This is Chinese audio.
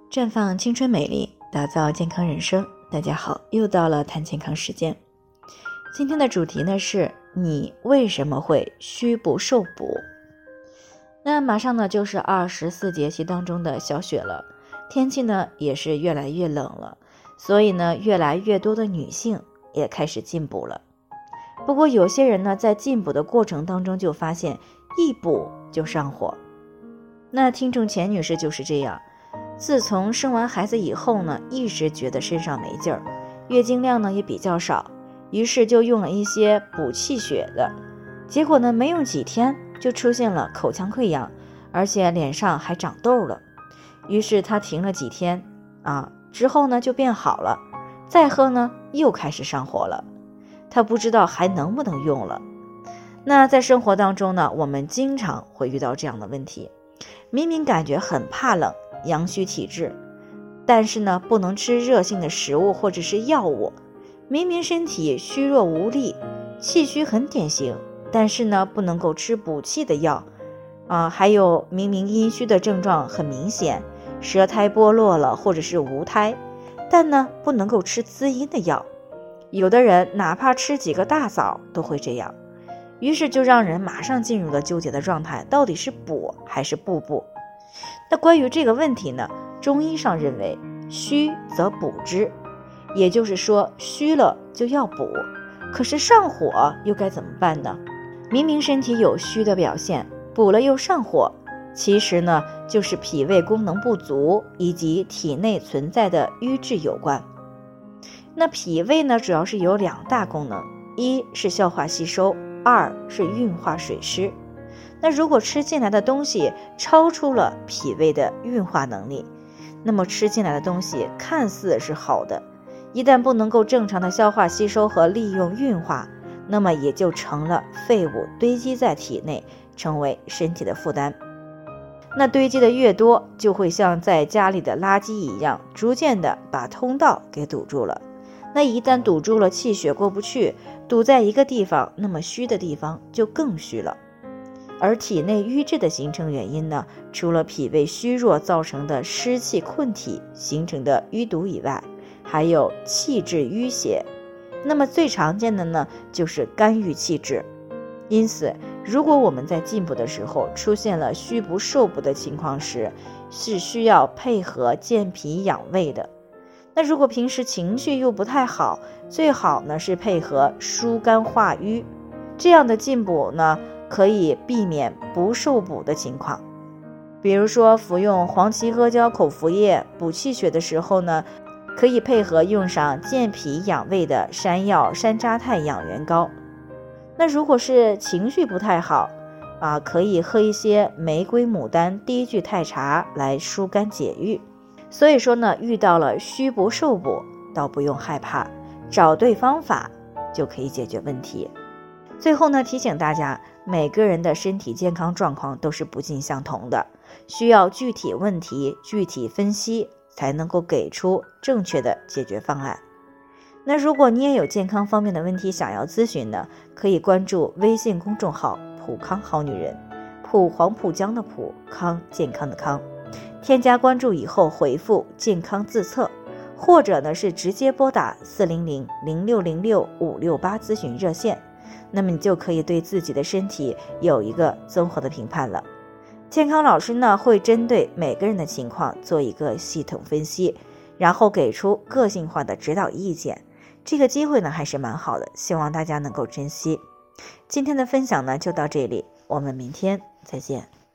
绽放青春美丽，打造健康人生。大家好，又到了谈健康时间。今天的主题呢是你为什么会虚不受补？那马上呢就是24节气当中的小雪了，天气呢也是越来越冷了，所以呢越来越多的女性也开始进补了。不过有些人呢在进补的过程当中就发现一补就上火。那听众钱女士就是这样，自从生完孩子以后呢，一直觉得身上没劲儿，月经量呢也比较少，于是就用了一些补气血的，结果呢没用几天就出现了口腔溃疡，而且脸上还长痘了。于是她停了几天之后呢就变好了，再喝呢又开始上火了，她不知道还能不能用了。那在生活当中呢，我们经常会遇到这样的问题，明明感觉很怕冷，阳虚体质，但是呢不能吃热性的食物或者是药物，明明身体虚弱无力，气虚很典型，但是呢不能够吃补气的药还有明明阴虚的症状很明显，舌苔剥落了或者是无苔，但呢不能够吃滋阴的药。有的人哪怕吃几个大枣都会这样，于是就让人马上进入了纠结的状态，到底是补还是不补？那关于这个问题呢，中医上认为虚则补之，也就是说虚了就要补。可是上火又该怎么办呢？明明身体有虚的表现，补了又上火，其实呢就是脾胃功能不足以及体内存在的瘀滞有关。那脾胃呢主要是有两大功能，一是消化吸收，二是运化水湿。那如果吃进来的东西超出了脾胃的运化能力，那么吃进来的东西看似是好的，一旦不能够正常的消化吸收和利用运化，那么也就成了废物堆积在体内，成为身体的负担。那堆积的越多，就会像在家里的垃圾一样，逐渐的把通道给堵住了。那一旦堵住了，气血过不去，堵在一个地方，那么虚的地方就更虚了。而体内瘀滞的形成原因呢，除了脾胃虚弱造成的湿气困体形成的淤堵以外，还有气滞淤血。那么最常见的呢，就是肝郁气滞。因此如果我们在进补的时候出现了虚不受补的情况时，是需要配合健脾养胃的。那如果平时情绪又不太好，最好呢是配合疏肝化瘀，这样的进补呢可以避免不受补的情况。比如说服用黄芪阿胶口服液补气血的时候呢，可以配合用上健脾养胃的山药山楂肽养元膏。那如果是情绪不太好可以喝一些玫瑰牡丹低聚肽茶来疏肝解郁。所以说呢，遇到了虚不受补倒不用害怕，找对方法就可以解决问题。最后呢，提醒大家，每个人的身体健康状况都是不尽相同的，需要具体问题具体分析，才能够给出正确的解决方案。那如果你也有健康方面的问题想要咨询呢，可以关注微信公众号普康好女人，普黄浦江的普，康健康的康，添加关注以后回复健康自测，或者呢是直接拨打400-0606-568咨询热线，那么你就可以对自己的身体有一个综合的评判了。健康老师呢会针对每个人的情况做一个系统分析，然后给出个性化的指导意见。这个机会呢还是蛮好的，希望大家能够珍惜。今天的分享呢就到这里，我们明天再见。